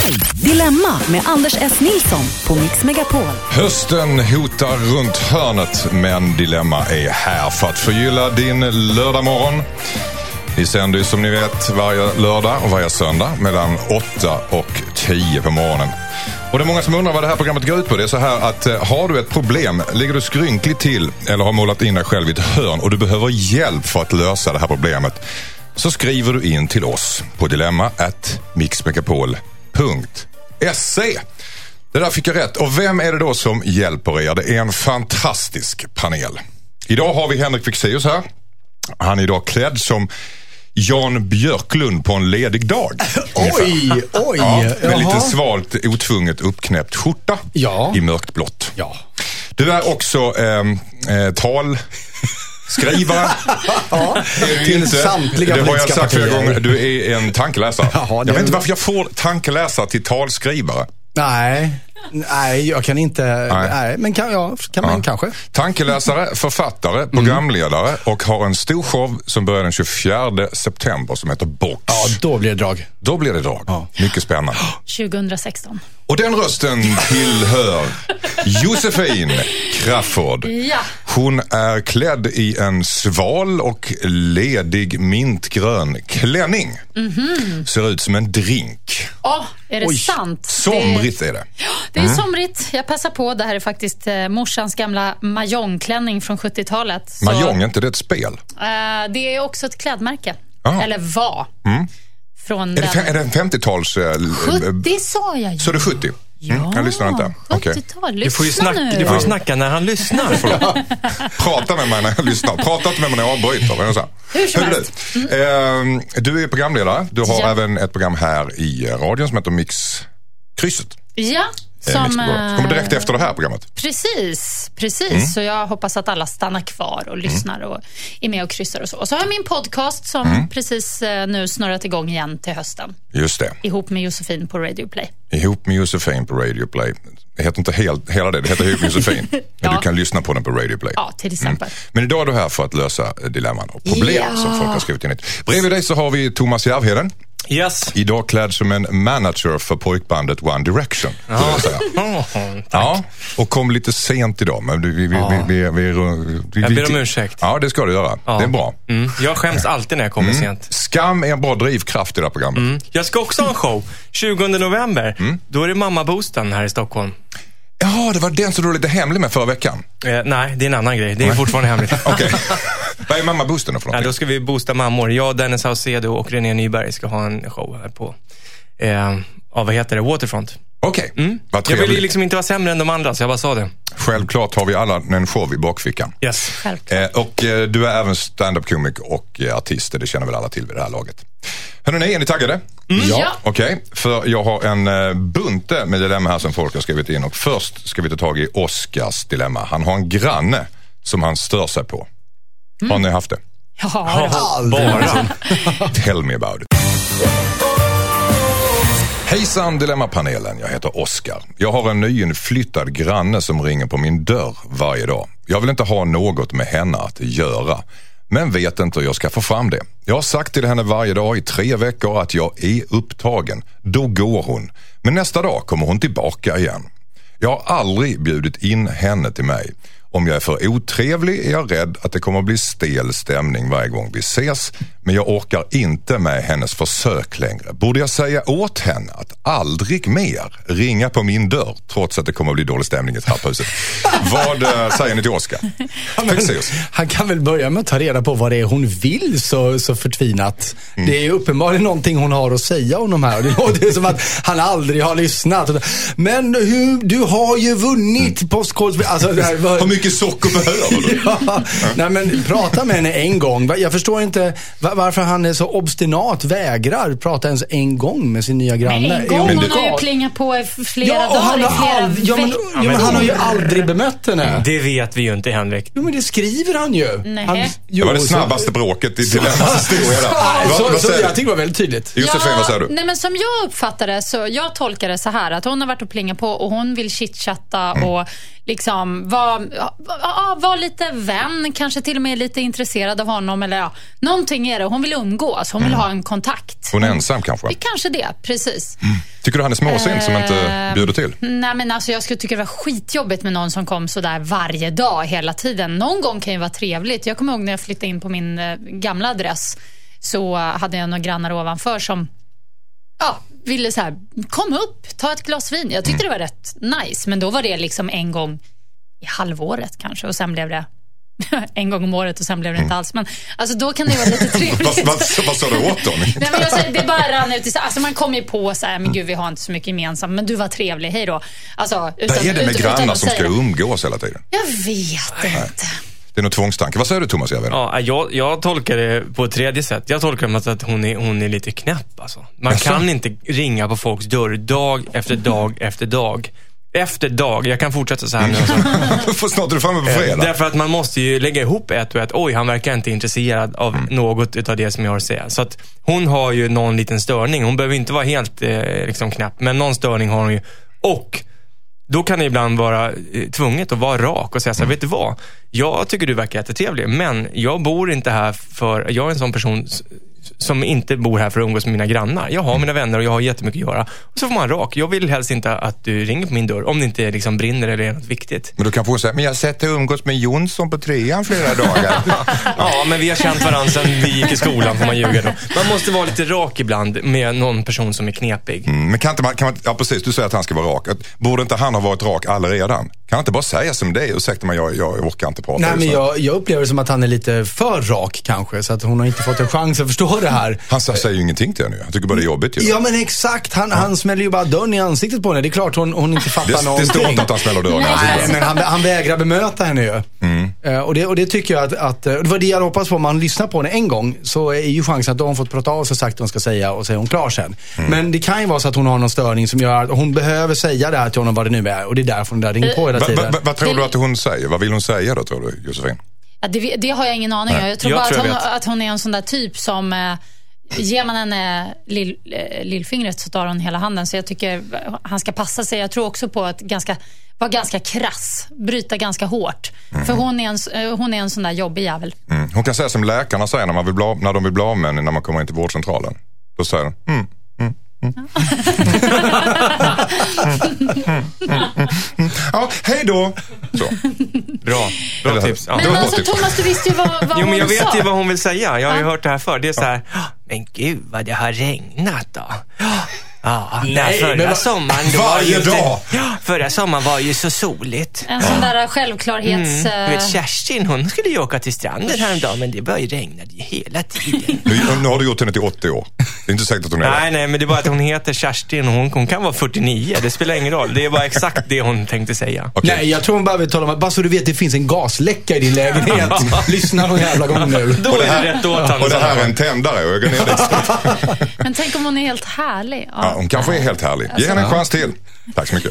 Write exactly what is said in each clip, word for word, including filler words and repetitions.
Dilemma med Anders S. Nilsson på Mix Megapol. Hösten hotar runt hörnet, men Dilemma är här för att förgylla din lördagmorgon. Vi sänder ju som ni vet varje lördag och varje söndag mellan åtta och tio på morgonen. Och det är många som undrar vad det här programmet går ut på. Det är så här att har du ett problem, ligger du skrynkligt till eller har målat in dig själv i ett hörn och du behöver hjälp för att lösa det här problemet, så skriver du in till oss på dilemma at mixmegapol punkt se. Det där fick jag rätt. Och vem är det då som hjälper er? Det är en fantastisk panel. Idag har vi Henrik Fexeus här. Han är idag klädd som Jan Björklund på en ledig dag. Oj, oj. Ja, med Jaha. lite svalt, otvunget uppknäppt skjorta Ja. i mörkt blått. Ja. Du är också eh, eh, tal... Skrivare. Ja, till inte. samtliga Det har jag politiska sagt flera partier. gånger. Du är en tankeläsare. Jaha, jag det- vet inte varför jag får tankeläsare till talskrivare. Nej, nej, jag kan inte. Nej, nej men kan, ja, kan man Ja. kanske. Tankeläsare, författare, programledare och har en stor show som börjar den tjugofjärde september som heter Box. Ja, då blir det drag. Då blir det drag. Ja. Mycket spännande. tjugohundrasexton. Och den rösten tillhör Josefin Crafoord. Ja. Hon är klädd i en sval och ledig mintgrön klänning. Mm-hmm. Ser ut som en drink. Åh, är det Oj. sant? Somrigt är det. Det, det är somrigt. Jag passar på. Det här är faktiskt eh, morsans gamla mahjongklänning från sjuttiotalet. Så, Mahjong, är inte det ett spel? eh, det är också ett klädmärke. Ah. Eller var. Mm. Från Är det, den... fe- är det en femtiotals... Eh, sjuttio sa jag ju. Så är det sjuttio? Ja, jag lyssnar inte. Okej. sjuttiotal. Lyssna Du får ju snacka, nu. du får ju snacka när han lyssnar. Prata med mig när jag lyssnar. Prata inte med mig när jag avbryter. Vad är det så här? Hur som Hör helst. Du, mm. eh, du är programledare. Du har Ja. även ett program här i radion som heter Mixkrysset. Ja, Eh, som... Mixmegapol. Kommer direkt efter det här programmet. Precis, precis. Mm. Så jag hoppas att alla stannar kvar och lyssnar och är med och kryssar och så. Och så har jag min podcast som Mm. precis eh, nu snurrat igång igen till hösten. Just det. Ihop med Josefin på Radio Play. Ihop med Josefin på Radio Play. Det heter inte helt, hela det, det heter Ihop med Josefin. Men Ja. du kan lyssna på den på Radio Play. Ja, till exempel. Men idag är du här för att lösa dilemman och problem Ja. som folk har skrivit in. Bredvid dig så har vi Thomas Järvheden. Yes. Idag klädd som en manager för pojkbandet One Direction. skulle jag säga. Ja, och kom lite sent idag. Men vi, vi, vi, Ja. vi, vi, vi, vi, Jag vi, ber om ursäkt. Ja, det ska du göra. Ja. Det är bra. Mm. Jag skäms alltid när jag kommer sent. Skam är en bra drivkraft i det här programmet. Mm. Jag ska också ha en show. tjugonde november. Då är det Mamma-boosten här i Stockholm. Ja, det var den som du var lite hemlig med förra veckan. Eh, nej, det är en annan grej. Det är fortfarande hemligt. Okej. Vad är mamma-boosten då för Ja, någonting? då ska vi boosta mammor. Jag, Dennis Saucedo och René Nyberg ska ha en show här på eh, ja, vad heter det? Waterfront. Okej, Mm. vad Jag trevligt. vill ju liksom inte vara sämre än de andra, så jag bara sa det. Självklart har vi alla en show i bakfickan. Yes. Självklart. Eh, och eh, du är även stand-up-komiker och eh, artist. Det känner väl alla till vid det här laget. Hörrni, är ni taggade? Ja. Okej, för jag har en eh, bunte med dilemma här som folk har skrivit in. Och först ska vi ta tag i Oscars dilemma. Han har en granne som han stör sig på. Har ni haft det? Ja, det har- Bara. Tell me about it. Hejsan Dilemmapanelen, jag heter Oskar. Jag har en nyinflyttad granne som ringer på min dörr varje dag. Jag vill inte ha något med henne att göra, men vet inte hur jag ska få fram det. Jag har sagt till henne varje dag i tre veckor att jag är upptagen. Då går hon. Men nästa dag kommer hon tillbaka igen. Jag har aldrig bjudit in henne till mig. Om jag är för otrevlig är jag rädd att det kommer att bli stel stämning varje gång vi ses. Men jag orkar inte med hennes försök längre. Borde jag säga åt henne att aldrig mer ringa på min dörr trots att det kommer att bli dålig stämning i trapphuset? Vad äh, säger ni till Oskar? Fexeus. Han kan väl börja med att ta reda på vad det är hon vill så, så förtvinat. Mm. Det är ju uppenbarligen någonting hon har att säga om de här. Det låter som att han aldrig har lyssnat. Men hur, du har ju vunnit mm. Postkodspel. Alltså, det här var... Hur mycket socker behöver du? Ja, nej men prata med henne en gång. Jag förstår inte varför han är så obstinat, vägrar prata ens en gång med sin nya granne. Men en gång, Är hon hon har ju gal? plingat på i flera Ja, och dagar, han i har flera aldrig, ja, men, veckor. ja, men han har ju aldrig bemött henne. Det vet vi ju inte, Henrik. Jo, men det skriver han ju. Nej. Han, Det var det så- snabbaste bråket i Dilemmas historia där. Nej, Vad- så, vad så, säger jag du? tycker det var väldigt tydligt. Josefin, vad säger du? Nej, men som jag uppfattar det, så jag tolkar det så här att hon har varit och plingat på och hon vill chitchatta Mm. och liksom vad, ja, ja, vara lite vän, kanske till och med lite intresserad av honom. Eller ja, någonting är det. Hon vill umgås, hon vill mm. ha en kontakt. Hon är ensam kanske? Kanske det, precis. Mm. Tycker du han är småsint som inte bjuder till? Nej, men alltså jag skulle tycka det var skitjobbigt med någon som kom så där varje dag hela tiden. Någon gång kan ju vara trevligt. Jag kommer ihåg när jag flyttade in på min eh, gamla adress, så hade jag några grannar ovanför som ja, ville så här, kom upp, ta ett glas vin. Jag tyckte mm. det var rätt nice, men då var det liksom en gång i halvåret kanske, och sen blev det en gång om året och sen blev det inte alls. Men alltså då kan det vara lite trevligt. vad, vad, vad sa du åt dem? Nej, men jag, det bara rann ut i, alltså man kom ju på så här, men gud, vi har inte så mycket gemensamt, men du var trevlig, hej då. Alltså, utan, vad är det med utan, grannar utan som ska umgås hela tiden? Jag vet Nej. inte. Det är någon tvångstanke. Vad säger du, Thomas? Jag, ja, jag, jag tolkar det på ett tredje sätt. Jag tolkar det som att hon är, hon är lite knäpp. Alltså. Man Jaså? kan inte ringa på folks dörr dag efter dag efter dag. Efter dag, jag kan fortsätta så här nu. Du får snart du framme på fredag. Därför att man måste ju lägga ihop ett och ett. Oj, han verkar inte intresserad av mm. något av det som jag har att säga. Så att hon har ju någon liten störning. Hon behöver inte vara helt eh, liksom knäpp, men någon störning har hon ju. Och då kan det ibland vara eh, tvunget att vara rak och säga så här, mm. vet du vad? Jag tycker du verkar jättetrevlig, men jag bor inte här för, jag är en sån person som inte bor här för att umgås med mina grannar. Jag har mm. mina vänner och jag har jättemycket att göra. Och så får man rak. Jag vill helst inte att du ringer på min dörr om det inte liksom brinner eller är något viktigt. Men då kan få säga, men jag har sett dig umgås med Jonsson på trean flera dagar. Ja, men vi har känt varandra sedan vi gick i skolan, får man ljuga då. Man måste vara lite rak ibland med någon person som är knepig. Mm, men kan inte man, kan man, ja precis, du säger att han ska vara rak. Att, borde inte han ha varit rak allaredan? Kan han inte bara säga som det är? Ursäkta mig, jag, jag orkar inte prata. Nej, men jag, jag upplever det som att han är lite för rak kanske, så att hon har inte fått en chans att förstå det här. Han säger ju ingenting till henne. Han tycker bara det är jobbigt. Ju. Ja, men exakt. Han, ja. han smäller ju bara dörren i ansiktet på henne. Det är klart hon, hon inte fattar det, någonting. Det står inte att han smäller dörren i ansiktet. Nej, men han, han vägrar bemöta henne ju. Mm. Uh, och, det, och det tycker jag att, att det var det jag hoppas på. Om man lyssnar på henne en gång, så är ju chansen att hon fått prata av sig sagt vad hon ska säga, och så är hon klar sen. Mm. Men det kan ju vara så att hon har någon störning som gör att hon behöver säga det här till honom, vad det nu är. Och det är därför hon där ringer på hela tiden. Vad va, va, tror du att hon säger? Vad vill hon säga då, tror du, Josefin? Ja, det, det har jag ingen aning om. Jag tror jag bara tror att, hon, att hon är en sån där typ som... Eh, ger man henne lill, lillfingret så tar hon hela handen. Så jag tycker han ska passa sig. Jag tror också på att ganska, vara ganska krass, bryta ganska hårt. Mm. För hon är, en, hon är en sån där jobbig jävel. Mm. Hon kan säga som läkarna säger när, man vill bli, när de vill bli av med när man kommer in till vårdcentralen. Då säger de mm, mm, mm. Ja, hej då. Så. Bra, bra Eller, tips. Ja. Men alltså Thomas, du visste ju vad, vad jo, hon men jag vet sa. ju vad hon vill säga. Jag har ju hört det här för. Det är så här, men gud vad det har regnat då. Ja, nej, förra men, sommaren då varje var dag. Inte, ja, förra sommaren var ju så soligt. En sån där självklarhets... Mm. Du vet, Kerstin, hon skulle ju åka till stranden häromdagen, men det bara regnade ju hela tiden. Nu, nu har du gjort henne till åttio år. Det är inte säkert att hon är Nej, nej, men det är bara att hon heter Kerstin och hon, hon kan vara fyrtionio. Det spelar ingen roll. Det är bara exakt det hon tänkte säga. Okay. Nej, jag tror hon bara vill tala om att bara så du vet, det finns en gasläcka i din lägenhet. Lyssna någon jävla gång nu. Då är det rätt åt honom. Och det här är en tändare och jag går ner dit. Men tänk om hon är helt härlig. Ja, hon kanske är helt härlig. Ge henne en chans till. Tack så mycket.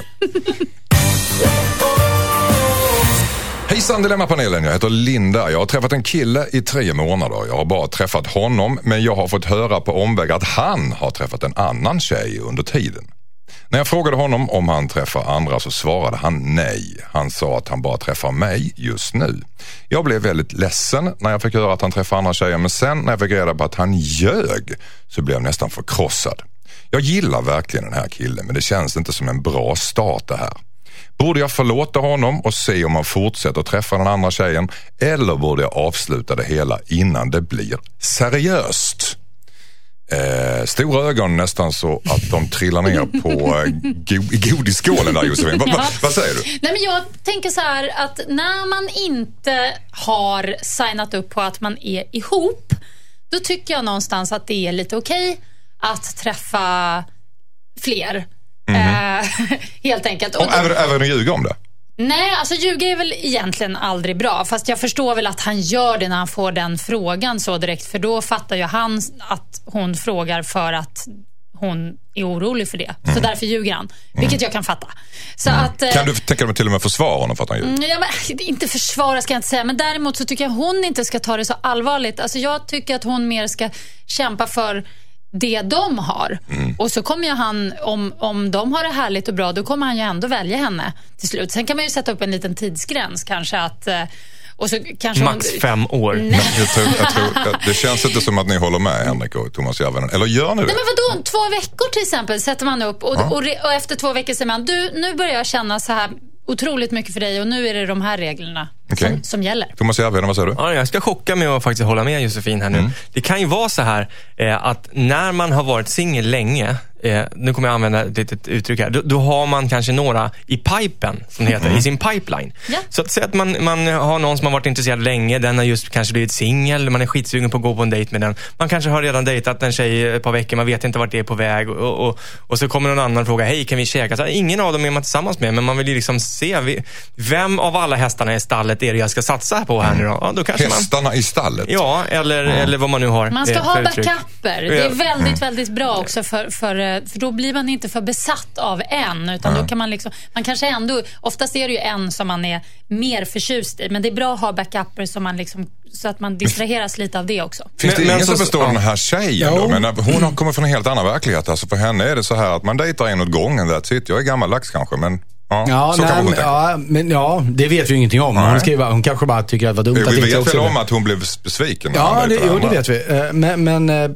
Hejsan Dilemma-panelen, jag heter Linda. Jag har träffat en kille i tre månader. Jag har bara träffat honom, men jag har fått höra på omväg att han har träffat en annan tjej under tiden. När jag frågade honom om han träffar andra så svarade han nej. Han sa att han bara träffar mig just nu. Jag blev väldigt ledsen när jag fick höra att han träffar andra tjejer, men sen när jag fick reda på att han ljög så blev jag nästan förkrossad. Jag gillar verkligen den här killen, men det känns inte som en bra start det här. Borde jag förlåta honom och se om han fortsätter att träffa den andra tjejen, eller borde jag avsluta det hela innan det blir seriöst? Eh, stora ögon nästan så att de trillar ner på eh, go- godisskålen där, Josefin. Va, va, vad säger du? Nej, men jag tänker så här att när man inte har signat upp på att man är ihop, då tycker jag någonstans att det är lite okej att träffa fler. Mm-hmm. Eh, helt enkelt. Och, och även, även att ljuga om det? Nej, alltså ljuga är väl egentligen aldrig bra. Fast jag förstår väl att han gör det när han får den frågan så direkt. För då fattar ju han att hon frågar för att hon är orolig för det. Mm. Så därför ljuger han. Vilket mm. jag kan fatta. Så mm. att, kan du tänka dig till och med försvara honom för att han ljuger? Ja, men, inte försvara ska jag inte säga. Men däremot så tycker jag hon inte ska ta det så allvarligt. Alltså jag tycker att hon mer ska kämpa för det de har. Mm. Och så kommer ju han, om, om de har det härligt och bra, då kommer han ju ändå välja henne till slut. Sen kan man ju sätta upp en liten tidsgräns kanske att... Och så kanske max hon... fem år. Nej. Jag tror, jag tror, det känns inte som att ni håller med Henrik och Thomas Järvinen. Eller gör ni det? Nej, men vadå? Två veckor till exempel sätter man upp. Och, ja. och, och efter två veckor säger man, du, nu börjar jag känna så här otroligt mycket för dig och nu är det de här reglerna okay. som, som gäller. Thomas Järvinen, vad säger du? Ja, jag ska chocka med att faktiskt hålla med Josefin här nu. Mm. Det kan ju vara så här eh, att när man har varit singel länge, eh, nu kommer jag använda ett litet uttryck här, då, då har man kanske några i pipen, som det heter, mm. i sin pipeline. Ja. Så att säga att man, man har någon som har varit intresserad länge, den har just kanske blivit singel, man är skitsugen på att gå på en dejt med den. Man kanske har redan dejtat en tjej ett par veckor, man vet inte vart det är på väg och, och, och så kommer någon annan fråga, hej, kan vi käka? Så ingen av dem är man tillsammans med, men man vill ju liksom se vem av alla hästarna i stallet är det jag ska satsa på här nu då? Ja, då kanske hästarna man... i stallet? Ja, eller, mm. eller vad man nu har. Man ska eh, ha backuper. Det är väldigt, mm. väldigt bra också för, för, för då blir man inte för besatt av en, utan mm. då kan man liksom, man kanske ändå, oftast är det ju en som man är mer förtjust i, men det är bra att ha backuper som man liksom, så att man distraheras lite av det också. Finns det men, ingen men som så, förstår ja. den här tjejen då? Men hon har kommit från en helt annan verklighet. Alltså för henne är det så här att man dejtar en åt gången, that's it. Jag är gammaldags kanske, men ja, ja, så nej, kan man men, ja, men ja, det vet vi ju ingenting om. Hon, skriver, hon kanske bara tycker att det var dumt. Jo, att vi inte vet väl det. om att hon blev besviken. Ja, det, jo, det vet vi. Men, men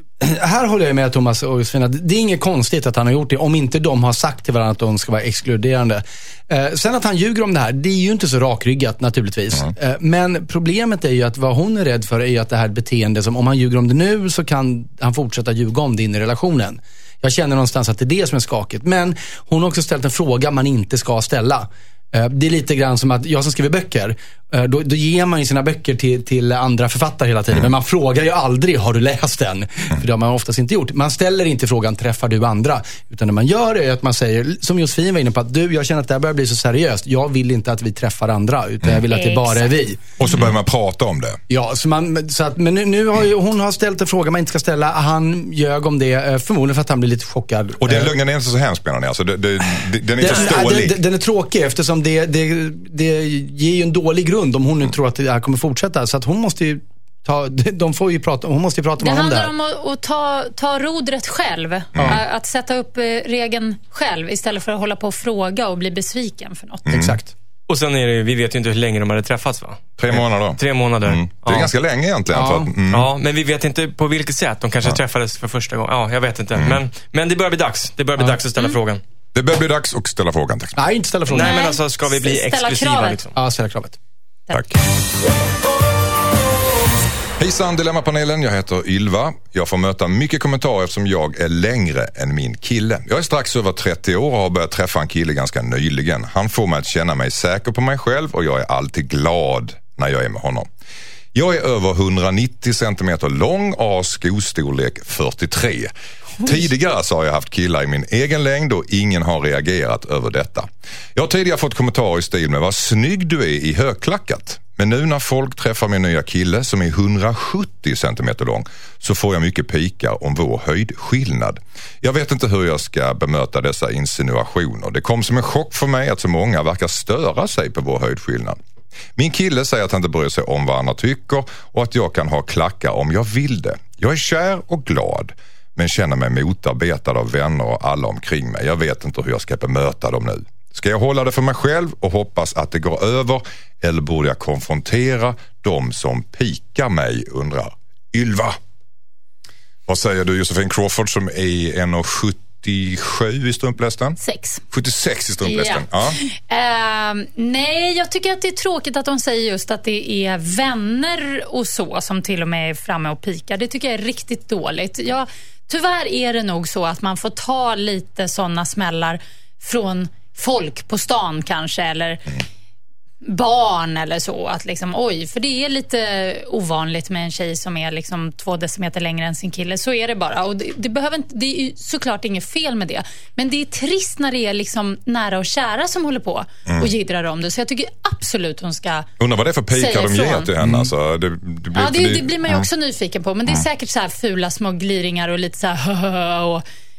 här håller jag med Thomas och Josefina. Det är inget konstigt att han har gjort det, om inte de har sagt till varandra att de ska vara exkluderande. Sen att han ljuger om det här, det är ju inte så rakryggat naturligtvis. Mm. Men problemet är ju att vad hon är rädd för är ju att det här beteendet, som om han ljuger om det nu så kan han fortsätta ljuga om det in i relationen. Jag känner någonstans att det är det som är skakigt. Men hon har också ställt en fråga man inte ska ställa. Det är lite grann som att jag som skriver böcker, då, då ger man ju sina böcker till, till andra författare hela tiden. Mm. Men man frågar ju aldrig, har du läst den? Mm. För det har man oftast inte gjort. Man ställer inte frågan, träffar du andra? Utan det man gör är att man säger, som Josefin var inne på, att du, jag känner att det här börjar bli så seriöst. Jag vill inte att vi träffar andra, utan mm. jag vill att det bara är vi. Och så börjar man prata om det. Ja, så man, så att, men nu, nu har ju, hon har ställt en fråga man inte ska ställa. Han ljög om det, förmodligen för att han blir lite chockad. Och den lögnen är inte så hemskt, menar ni? Alltså, det, det, det, den är inte så stålig. Den, den är tråkig eftersom det, det, det ger ju en dålig grund om hon nu tror att det här kommer fortsätta. Så att hon måste ju ta, de får ju prata, hon måste ju prata med honom där. Det handlar om att, att ta, ta rodret själv. Mm. Att sätta upp regeln själv istället för att hålla på och fråga och bli besviken för något. Mm. Exakt. Och sen är det, vi vet ju inte hur länge de hade träffats, va? Tre månader. Tre månader. Mm. Det är ja. ganska länge egentligen. Ja. För att, mm. ja, men vi vet inte på vilket sätt. De kanske ja. träffades för första gången. Ja, jag vet inte. Mm. Men, men det börjar bli dags. Det börjar bli ja. dags att ställa mm. frågan. Det börjar bli dags att ställa frågan. Tack. Nej, inte ställa frågan. Nej, men alltså ska vi bli ställa exklusiva kravet. liksom? Ja, ställa kravet. Tack. Hejsan Dilemmapanelen, jag heter Ylva. Jag får möta mycket kommentarer eftersom jag är längre än min kille. Jag är strax över trettio år och har börjat träffa en kille ganska nyligen. Han får mig att känna mig säker på mig själv och jag är alltid glad när jag är med honom. Jag är över hundranittio centimeter lång och har skostorlek fyrtiotre. Tidigare så har jag haft killar i min egen längd och ingen har reagerat över detta. Jag har tidigare fått kommentarer i stil med vad snygg du är i högklackat. Men nu när folk träffar min nya kille som är hundrasjuttio centimeter lång så får jag mycket pikar om vår höjdskillnad. Jag vet inte hur jag ska bemöta dessa insinuationer. Det kom som en chock för mig att så många verkar störa sig på vår höjdskillnad. Min kille säger att han inte bryr sig om vad andra tycker och att jag kan ha klackar om jag vill det. Jag är kär och glad men känner mig motarbetad av vänner och alla omkring mig. Jag vet inte hur jag ska bemöta dem nu. Ska jag hålla det för mig själv och hoppas att det går över eller borde jag konfrontera dem som pikar mig, undrar Ylva. Vad säger du Josefin Crawford som är en sjuttiosju i strumplästen? sex. sjuttiosex i strumplästen, ja. ja. Uh, nej, jag tycker att det är tråkigt att de säger just att det är vänner och så som till och med är framme och pikar. Det tycker jag är riktigt dåligt. Jag, tyvärr är det nog så att man får ta lite sådana smällar från folk på stan kanske, eller mm. barn eller så, att liksom, oj, för det är lite ovanligt med en tjej som är liksom två decimeter längre än sin kille, så är det bara, och det, det behöver inte, det är ju såklart inget fel med det, men det är trist när det är liksom nära och kära som håller på mm. och jiddrar om det, så jag tycker absolut hon ska undrar vad det är för pikar de ger till henne mm. alltså, det, det blir, ja, det, det blir man ju också mm. nyfiken på, men det är mm. säkert så här fula små gliringar och lite så här och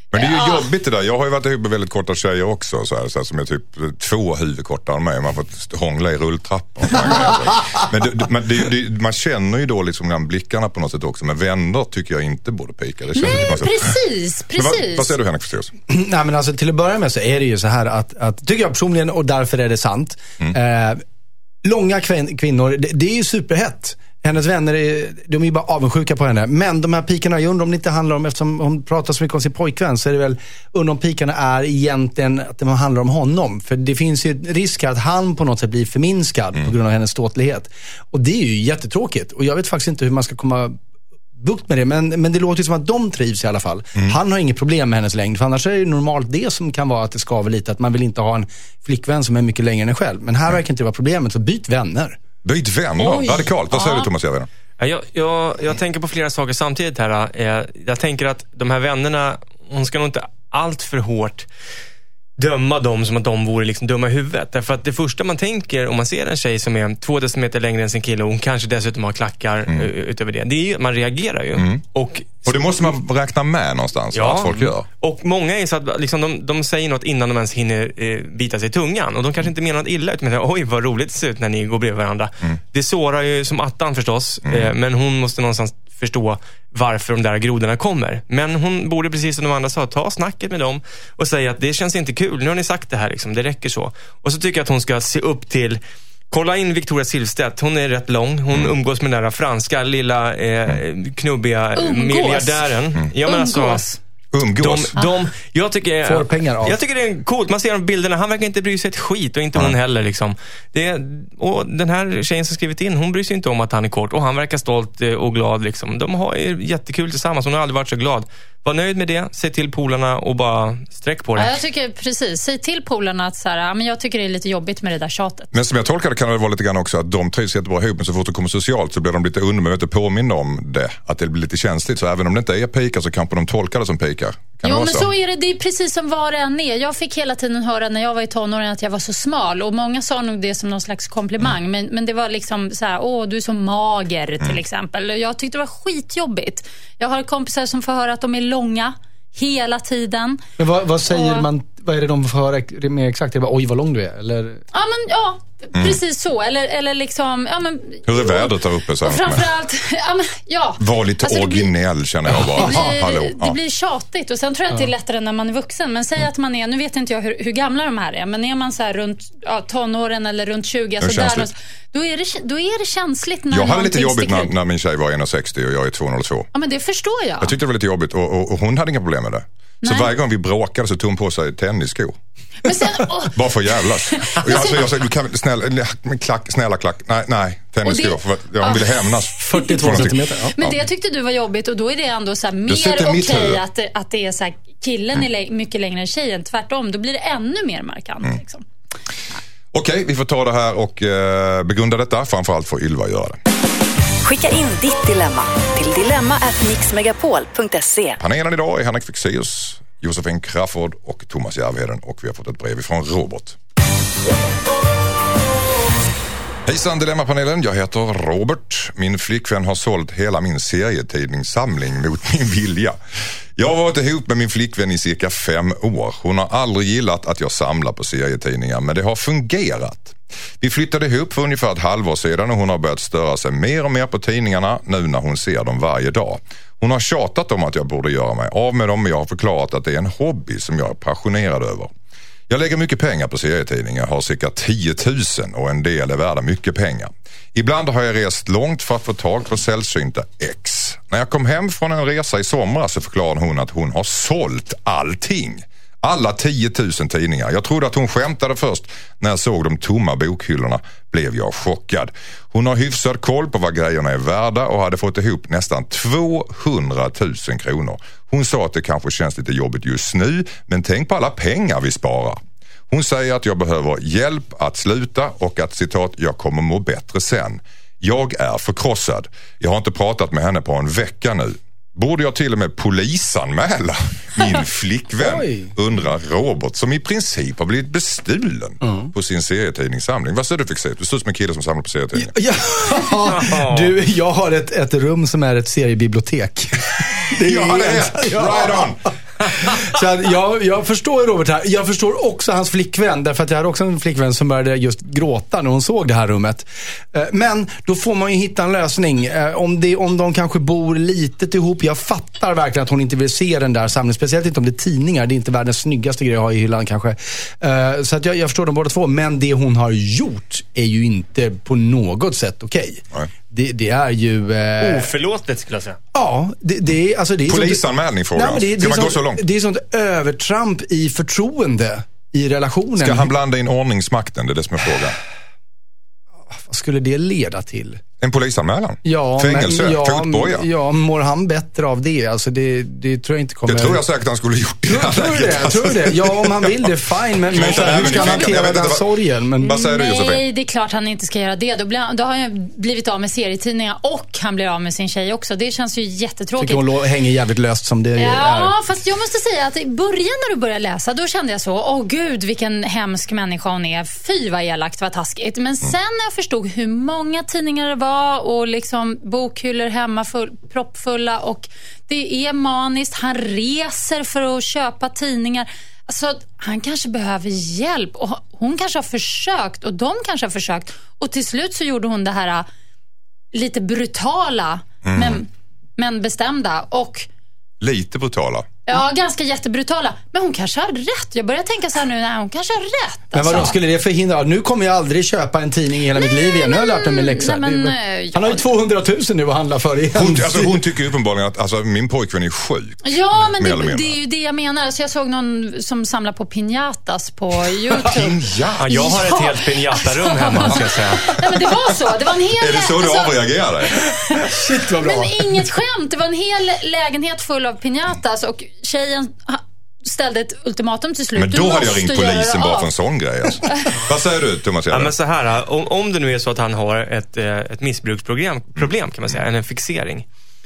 Men det är ju Ja. jobbigt det där. Jag har ju varit ihop med väldigt korta tjejer också. Så här, så här, som är typ två huvud kortare än mig. Man får hångla i rulltrappor. Men det, det, man, det, det, man känner ju då liksom de blickarna på något sätt också. Men vänner tycker jag inte borde pika. Det Nej, lite precis, precis. Vad, vad säger du, Henrik Fexeus? Nej, men alltså till att börja med så är det ju så här att, att tycker jag personligen, och därför är det sant. Mm. Eh, långa kvin- kvinnor, det, det är ju superhett. Hennes vänner är, de är ju bara avundsjuka på henne. Men de här pikarna, jag undrar om det inte handlar om, eftersom hon pratar så mycket om sin pojkvän, så är det väl, undrar om pikarna är egentligen att det handlar om honom. För det finns ju risk att han på något sätt blir förminskad mm. på grund av hennes ståtlighet. Och det är ju jättetråkigt. Och jag vet faktiskt inte hur man ska komma bukt med det, men, men det låter ju som att de trivs i alla fall. Mm. Han har inget problem med hennes längd, för annars är det normalt det som kan vara att det skaver lite, att man vill inte ha en flickvän som är mycket längre än en själv. Men här mm. verkar inte det vara problemet, så byt vänner. Byt vänner? Oj. Radikalt. Vad säger ja. du, Thomas Järvheden? Jag, jag, jag tänker på flera saker samtidigt här. Jag tänker att de här vännerna, hon ska nog inte allt för hårt döma dem som att de vore liksom dumma i huvudet. Därför att det första man tänker om man ser en tjej som är två decimeter längre än sin kille och hon kanske dessutom har klackar mm. utöver det. Det är ju, man reagerar ju. Mm. Och, och det måste man räkna med någonstans, ja, att folk gör. Och många är så att liksom, de, de säger något innan de ens hinner eh, bita sig i tungan. Och de kanske inte menar något illa, utan säger, oj vad roligt det ser ut när ni går bredvid varandra. Mm. Det sårar ju som attan förstås. Mm. Eh, men hon måste någonstans förstå varför de där grodorna kommer. Men hon borde, precis som de andra sa, ta snacket med dem och säga att det känns inte kul. Nu har ni sagt det här, liksom. Det räcker så. Och så tycker jag att hon ska se upp till, kolla in Victoria Silvstedt. Hon är rätt lång. Hon mm. umgås med den där franska lilla eh, knubbiga umgås. miljardären. Mm. Ja, men alltså, umgås. Umgås. De, de, jag, tycker, Får pengar av. jag tycker det är coolt. Man ser de bilderna. Han verkar inte bry sig ett skit. Och inte mm. hon heller liksom. Det, och den här tjejen som skrivit in, hon bryr sig inte om att han är kort. Och han verkar stolt och glad liksom. De har ju jättekul tillsammans. Hon har aldrig varit så glad. Var nöjd med det. Säg till polarna och bara sträck på det. Ja, jag tycker precis. Säg till polarna att så här, ja, men jag tycker det är lite jobbigt med det där tjatet. Men som jag tolkar det kan det vara lite grann också att de trivs jättebra ihop, men så fort de kommer socialt så blir de lite undermöte påminna om det. Att det blir lite känsligt. Så även om det inte är pikar så kanske de tolkar det som pikar. Kan jo, det men så? så är det. Det är precis som var det än är. Jag fick hela tiden höra när jag var i tonåren att jag var så smal. Och många sa nog det som någon slags komplimang. Mm. Men, men det var liksom så här, åh, du är så mager till mm. exempel. Jag tyckte det var skitjobbigt. Jag har kompisar som får höra att de är långa hela tiden. Men vad, vad säger och, man, vad är det de får höra mer exakt? Det är bara, oj vad lång du är, eller? Ja, men ja, mm. precis så. Eller, eller liksom, ja men... Hur är vädret där uppe? Och framförallt, ja men, ja. Var lite alltså, originell blir, känner jag bara. Det blir, Hallå. det Ja. blir tjatigt. Och sen tror jag att det är lättare när man är vuxen. Men säg mm. att man är, nu vet inte jag hur, hur gamla de här är. Men är man så här runt ja, tonåren eller runt tjugo. Alltså där, då, är det, då är det känsligt när jag hade lite jobbigt när, ut. när min tjej var en sextio och jag är två noll två. Ja, men det förstår jag. Jag tyckte det var lite jobbigt och, och, och hon hade inga problem med det. Så Nej. varje gång vi bråkade så tog hon på sig tennisskor. Men sen, oh. Bara för jävlas. Och jag, så, jag sa, du kan snälla, klack, snälla klack. Nej, nej, tennisskor. För jag oh. ville hämnas. fyrtiotvå centimeter. Ja. Men det tyckte du var jobbigt och då är det ändå så här mer okej okay att, att det är så här, killen mm. är mycket längre än tjejen. Tvärtom, då blir det ännu mer markant. Mm. Liksom. Okej, okay, vi får ta det här och eh, begrunda detta. Framförallt får Ylva göra det. Skicka in ditt dilemma till dilemma at mixmegapol punkt se. Panelen idag är Henrik Fexeus, Josefin Crafoord och Thomas Järvheden. Och vi har fått ett brev från Robert. Hejsan Dilemmapanelen, jag heter Robert. Min flickvän har sålt hela min serietidningssamling mot min vilja. Jag har varit ihop med min flickvän i cirka fem år. Hon har aldrig gillat att jag samlar på serietidningar, men det har fungerat. Vi flyttade ihop för ungefär ett halvår sedan och hon har börjat störa sig mer och mer på tidningarna nu när hon ser dem varje dag. Hon har tjatat om att jag borde göra mig av med dem, men jag har förklarat att det är en hobby som jag är passionerad över. Jag lägger mycket pengar på serietidningar, har cirka tio tusen och en del är värda mycket pengar. Ibland har jag rest långt för att få tag på sällsynta ex. När jag kom hem från en resa i somras så förklarade hon att hon har sålt allting. Alla tio tusen tidningar. Jag trodde att hon skämtade först. När jag såg de tomma bokhyllorna blev jag chockad. Hon har hyfsad koll på vad grejerna är värda och hade fått ihop nästan tvåhundratusen kronor. Hon sa att det kanske känns lite jobbigt just nu, men tänk på alla pengar vi sparar. Hon säger att jag behöver hjälp att sluta och att citat, jag kommer må bättre sen. Jag är förkrossad. Jag har inte pratat med henne på en vecka nu. Borde jag till och med polisanmäla min flickvän, undrar Robert, som i princip har blivit bestulen mm. på sin serietidningssamling. Vad säger du, Fexeus? Du ser ut som en kille som samlar på serietidningar. Ja, du, jag har ett, ett rum som är ett seriebibliotek. Det är ja, det är ja. Right on. Så att jag, jag förstår Robert här. Jag förstår också hans flickvän. Därför att jag hade också en flickvän som började just gråta när hon såg det här rummet. Men då får man ju hitta en lösning. Om, det, om de kanske bor lite ihop. Jag fattar verkligen att hon inte vill se den där samlingen. Speciellt inte om det är tidningar. Det är inte världens snyggaste grej att ha i hyllan kanske. Så att jag, jag förstår dem båda två. Men det hon har gjort är ju inte på något sätt okej. Okay. Det, det är ju... Eh... Oförlåtligt skulle jag säga. Ja, det, det, alltså det är... Polisanmälning frågar han. Det, det, Ska man sånt, gå så långt? Det är sånt övertramp i förtroende i relationen. Ska han blanda in ordningsmakten? Det är det som är frågan. Vad skulle det leda till? En polisanmälan? Ja, fängelse, men, ja, fotboja. Ja, mår han bättre av det? Alltså det, det tror jag inte kommer... Det tror jag säkert han skulle gjort det. Jag tror det, jag tror det. Ja, om han vill det, fine. Men, men så här, hur ska han hantera den sorgen? Men... Vad säger du, Josefin? Nej, det är klart han inte ska göra det. Då, blir, då har han blivit av med serietidningar och han blir av med sin tjej också. Det känns ju jättetråkigt. Tycker hon hänger jävligt löst som det ja, är. Ja, fast jag måste säga att i början när du började läsa, då kände jag så, åh gud vilken hemsk människa hon är. Fy vad elakt, vad taskigt. Men sen när jag förstod hur många tidningar det var och liksom bokhyllor hemma full, proppfulla och det är maniskt. Han reser för att köpa tidningar. Alltså, han kanske behöver hjälp och hon kanske har försökt och de kanske har försökt och till slut så gjorde hon det här uh, lite brutala mm. men, men bestämda och lite brutala. Ja, ganska jättebrutala. Men hon kanske har rätt. Jag börjar tänka så här nu, nej, hon kanske har rätt. Alltså. Men vadå, skulle det förhindra? Nu kommer jag aldrig köpa en tidning i hela nej, mitt liv igen. Nu har jag lärt mig min läxa. Nej, men, det, han har ju tvåhundratusen nu att handla för igen. Hon, alltså, hon tycker uppenbarligen att alltså, min pojkvän är sjuk. Ja, men det, det är ju det jag menar. Så jag såg någon som samlar på piñatas på YouTube. Pinjata? Ja, jag har ett helt piñata-rum hemma, ska jag säga. Nej, men det var så. Det var en hel... Är det så du alltså, avreagerade? Shit, vad bra. Men inget skämt. Det var en hel lägenhet full av piñatas och tjejen ställde ett ultimatum till slut. Men då hade jag ringt polisen bara för en sån grej. Alltså. Vad säger du, Thomas? Ja, men så här, om, om det nu är så att han har ett, ett missbruksproblem problem, kan man säga, en fixering.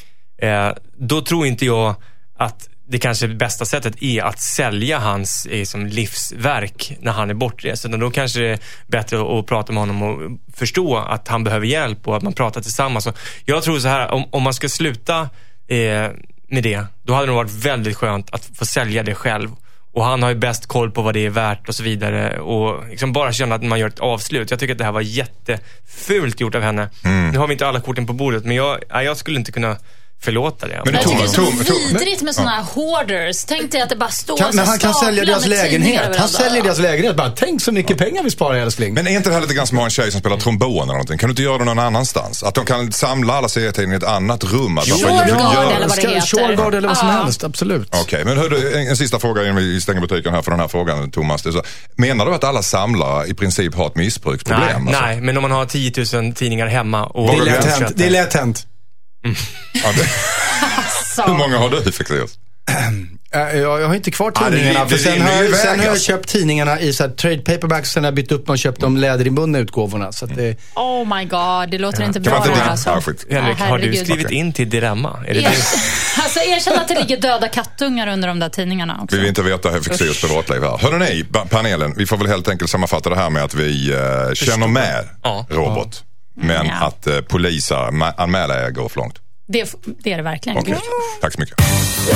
Eh, då tror inte jag att det kanske bästa sättet är att sälja hans eh, som livsverk när han är bortrest. Då kanske det är bättre att prata med honom och förstå att han behöver hjälp och att man pratar tillsammans. Och jag tror så här, om, om man ska sluta eh, med det, då hade det nog varit väldigt skönt att få sälja det själv. Och han har ju bäst koll på vad det är värt och så vidare. Och liksom bara känna att man gör ett avslut. Jag tycker att det här var jättefult gjort av henne. Mm. Nu har vi inte alla korten på bordet, men jag, jag skulle inte kunna förlåta det. Men jag tycker det är så vidrigt med sådana här hoarders. Tänk dig att det bara står kan, så men han kan sälja deras lägenhet. Han säljer deras ja. lägenhet. Bara, tänk så mycket ja. pengar vi sparar, älskling. Men är inte det här lite grann som att ha en tjej som spelar trombon eller någonting? Kan du inte göra det någon annanstans? Att de kan samla alla serietidningar i ett annat rum? Att Shorgard eller vad det heter. Shorgard eller vad som ja. helst, absolut. Okej, okay, men hördu, en, en sista fråga innan vi stänger butiken här för den här frågan, Thomas. Det är så, menar du att alla samlare i princip har ett missbruksproblem? Nej, alltså? nej, men om man har tio tusen tidningar hemma och... Det är lätt hänt. Det är lätt hänt. Mm. Ja, det... Hur många har du fixerat? Jag, jag har inte kvar tidningarna. Ja, det, det, för sen har, jag, sen har jag köpt tidningarna i så här, trade paperbacks. Sen har jag bytt upp och köpt de läderinbundna utgåvorna. Så att det... Oh my god, det låter ja. inte bra. Det, alltså. ja, Henrik, har du skrivit in till Dilemma? Är det er... alltså, erkänn att det ligger döda kattungar under de där tidningarna också. Vi vill inte veta hur fixerat privatliv här. Hörde ni, panelen, vi får väl helt enkelt sammanfatta det här med att vi uh, känner med ja. Robot. Ja. Men ja. att uh, poliser anmäla går för långt. Det, det är det verkligen. Okay. Tack så mycket.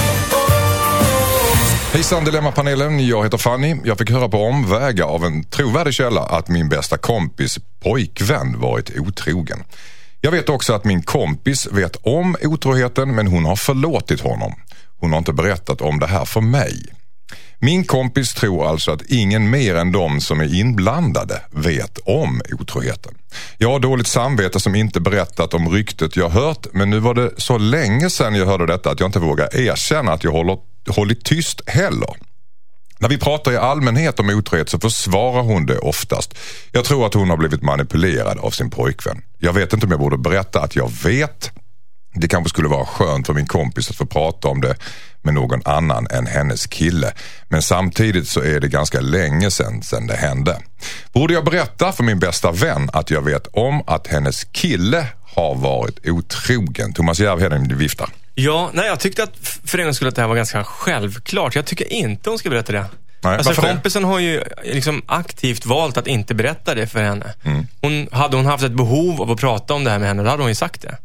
Hejsan Dilemma-panelen, jag heter Fanny. Jag fick höra på omvägar av en trovärdig källa att min bästa kompis pojkvän varit otrogen. Jag vet också att min kompis vet om otroheten, men hon har förlåtit honom. Hon har inte berättat om det här för mig. Min kompis tror alltså att ingen mer än de som är inblandade vet om otroheten. Jag har dåligt samvete som inte berättat om ryktet jag hört, men nu var det så länge sedan jag hörde detta att jag inte vågar erkänna att jag håller, hållit tyst heller. När vi pratar i allmänhet om otrohet så försvarar hon det oftast. Jag tror att hon har blivit manipulerad av sin pojkvän. Jag vet inte om jag borde berätta att jag vet. Det kanske skulle vara skönt för min kompis att få prata om det med någon annan än hennes kille. Men samtidigt så är det ganska länge sedan, sedan det hände. Borde jag berätta för min bästa vän att jag vet om att hennes kille har varit otrogen? Thomas Järvheden, du viftar. Ja, nej, jag tyckte att för en gång skulle att det här var ganska självklart. Jag tycker inte hon ska berätta det. Nej, alltså kompisen det? har ju liksom aktivt valt att inte berätta det för henne. Mm. Hon, hade hon haft ett behov av att prata om det här med henne, då hade hon ju sagt det.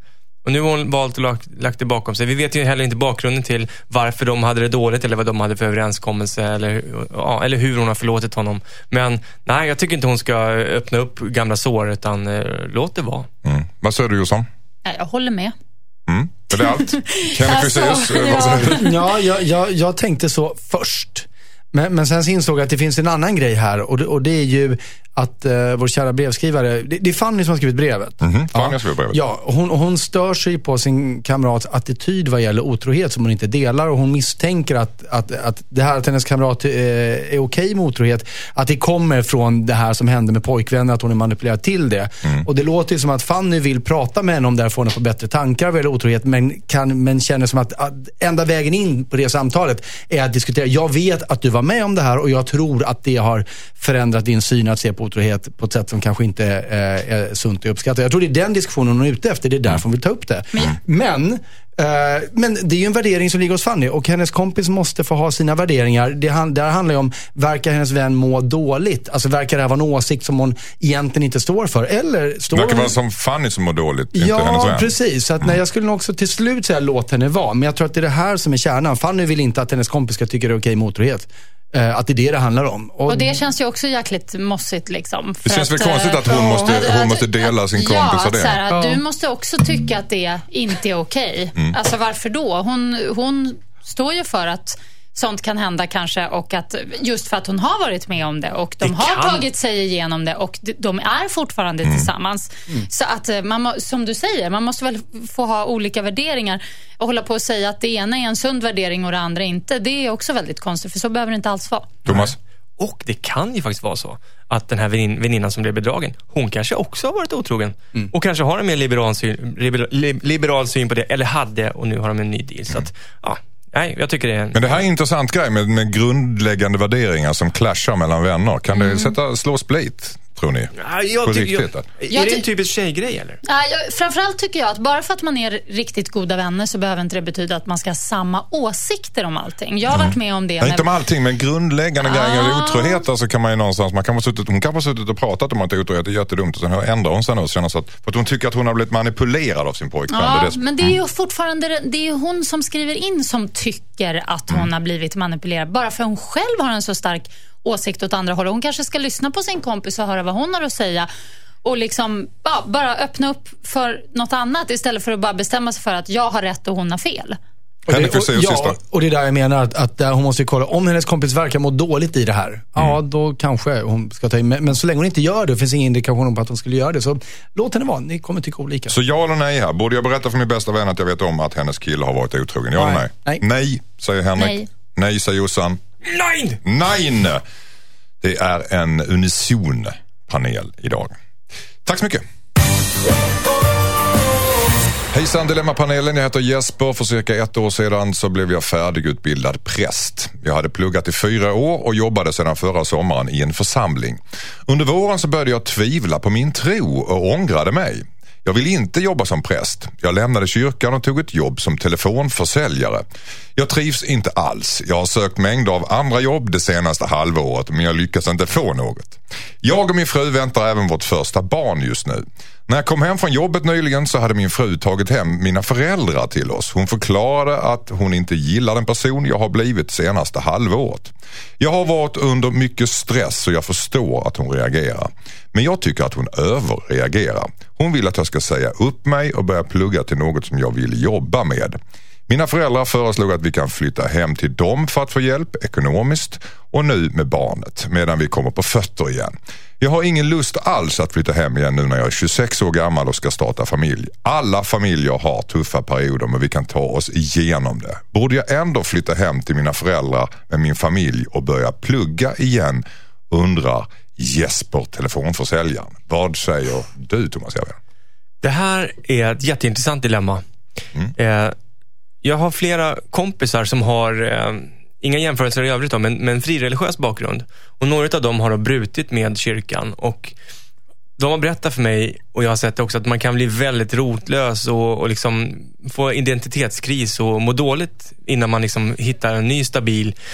Och nu har hon valt att lagt, lagt det bakom sig. Vi vet ju heller inte bakgrunden till varför de hade det dåligt eller vad de hade för överenskommelse eller, ja, eller hur hon har förlåtit honom. Men nej, jag tycker inte hon ska öppna upp gamla sår utan eh, låt det vara. Mm. Vad säger du, Jossan? Jag håller med. Mm. Är det allt? Kenneth Fexeus, vad säger du? Ja, jag, jag, jag tänkte så först. Men, men sen insåg jag att det finns en annan grej här. Och det, och det är ju att uh, vår kära brevskrivare, det, det är Fanny som har skrivit brevet. Mm-hmm. Fanny ja. har skrivit brevet. Ja, hon, hon stör sig på sin kamrats attityd vad gäller otrohet som hon inte delar. Och hon misstänker att, att, att det här att hennes kamrat eh, är okej med otrohet, att det kommer från det här som hände med pojkvänner, att hon är manipulerad till det. Mm. Och det låter ju som att Fanny vill prata med henne om det här, få henne på bättre tankar vad gäller otrohet, men, kan, men känner som att, att enda vägen in på det samtalet är att diskutera. Jag vet att du var med om det här och jag tror att det har förändrat din syn att se på otrohet på ett sätt som kanske inte eh, är sunt och uppskattat. Jag tror det är den diskussionen hon är ute efter. Det är därför hon vill ta upp det. Mm. Men Uh, men det är ju en värdering som ligger hos Fanny och hennes kompis måste få ha sina värderingar. Det han, där handlar ju om, verkar hennes vän må dåligt? Alltså verkar det här vara en åsikt som hon egentligen inte står för? Eller står det verkar hon... vara som Fanny som mår dåligt, inte ja, hennes vän. Ja, precis. Så att, nej, jag skulle nog också till slut säga låt henne vara. Men jag tror att det är det här som är kärnan. Fanny vill inte att hennes kompis ska tycka det är okej med otrohet. Uh, att det är det det handlar om. Och, och det känns ju också jäkligt mossigt liksom. Det känns att, väl konstigt att hon, måste, att, hon måste dela sin ja, kompis av det. Så här, att ja. Du måste också tycka att det inte är okej. Mm. Alltså varför då? Hon, hon står ju för att sånt kan hända kanske och att just för att hon har varit med om det och de det har kan. tagit sig igenom det och de är fortfarande mm. tillsammans. Mm. Så att man, som du säger, man måste väl få ha olika värderingar och hålla på och säga att det ena är en sund värdering och det andra inte. Det är också väldigt konstigt för så behöver det inte alls vara. Thomas? Och det kan ju faktiskt vara så att den här vänin, väninnan som blev bedragen, hon kanske också har varit otrogen. Mm. Och kanske har en mer liberal syn, liberal, liberal syn på det, eller hade och nu har de en ny deal. Så att, ja, nej, jag tycker det är... Men det här är en intressant grej med, med grundläggande värderingar som clashar mellan vänner. Kan mm. det sätta, slå split, tror ni? Ja, jag på tycker, riktigt? Jag, är jag det en typisk tjejgrej eller? Ja, jag, framförallt tycker jag att bara för att man är riktigt goda vänner så behöver inte det betyda att man ska ha samma åsikter om allting. Jag har mm. varit med om det. Nej, med... inte om allting, men grundläggande ah. grejer. Otrohet, så kan man ju någonstans, man kan ha suttit, hon kan ha suttit och pratat om att otrohet är jättedumt och sen ändrar hon sig nu och känner så att, för att hon tycker att hon har blivit manipulerad av sin pojkvän. Ja, det är... men det är ju fortfarande, det är ju hon som skriver in som tycker att hon mm. har blivit manipulerad. Bara för hon själv har en så stark åsikt åt andra håll. Hon kanske ska lyssna på sin kompis och höra vad hon har att säga och liksom ja, bara öppna upp för något annat istället för att bara bestämma sig för att jag har rätt och hon har fel. Och det, och, ja, och det är där jag menar att, att hon måste kolla om hennes kompis verkar må dåligt i det här. Mm. Ja, då kanske hon ska ta in. Men, men så länge hon inte gör det, finns ingen indikation på att hon skulle göra det, så låt henne vara. Ni kommer tycka olika. Så ja eller nej här? Borde jag berätta för min bästa vän att jag vet om att hennes kille har varit otrogen? Ja eller nej? Nej, nej säger Henrik. Nej, nej säger Jossan. Nej! Nej! Det är en unison panel idag. Tack så mycket. Hejsan Dilemma-panelen, jag heter Jesper. För cirka ett år sedan så blev jag färdigutbildad präst. Jag hade pluggat i fyra år och jobbade sedan förra sommaren i en församling. Under våren så började jag tvivla på min tro och ångrade mig. Jag vill inte jobba som präst. Jag lämnade kyrkan och tog ett jobb som telefonförsäljare. Jag trivs inte alls. Jag har sökt mängder av andra jobb det senaste halvåret men jag lyckas inte få något. Jag och min fru väntar även vårt första barn just nu. När jag kom hem från jobbet nyligen så hade min fru tagit hem mina föräldrar till oss. Hon förklarade att hon inte gillar den person jag har blivit senaste halvåret. Jag har varit under mycket stress och jag förstår att hon reagerar. Men jag tycker att hon överreagerar. Hon vill att jag ska säga upp mig och börja plugga till något som jag vill jobba med. Mina föräldrar föreslog att vi kan flytta hem till dem för att få hjälp ekonomiskt och nu med barnet medan vi kommer på fötter igen. Jag har ingen lust alls att flytta hem igen nu när jag är tjugosex år gammal och ska starta familj. Alla familjer har tuffa perioder men vi kan ta oss igenom det. Borde jag ändå flytta hem till mina föräldrar med min familj och börja plugga igen, undrar Jesper, telefonförsäljaren. Vad säger du, Thomas Järven? Det här är ett jätteintressant dilemma. Mm. Eh, jag har flera kompisar som har eh, inga jämförelser i övrigt då, men, men frireligiös bakgrund. Och några av dem har då brutit med kyrkan och de har berättat för mig, och jag har sett också, att man kan bli väldigt rotlös och, och liksom få identitetskris och må dåligt innan man liksom hittar en ny stabil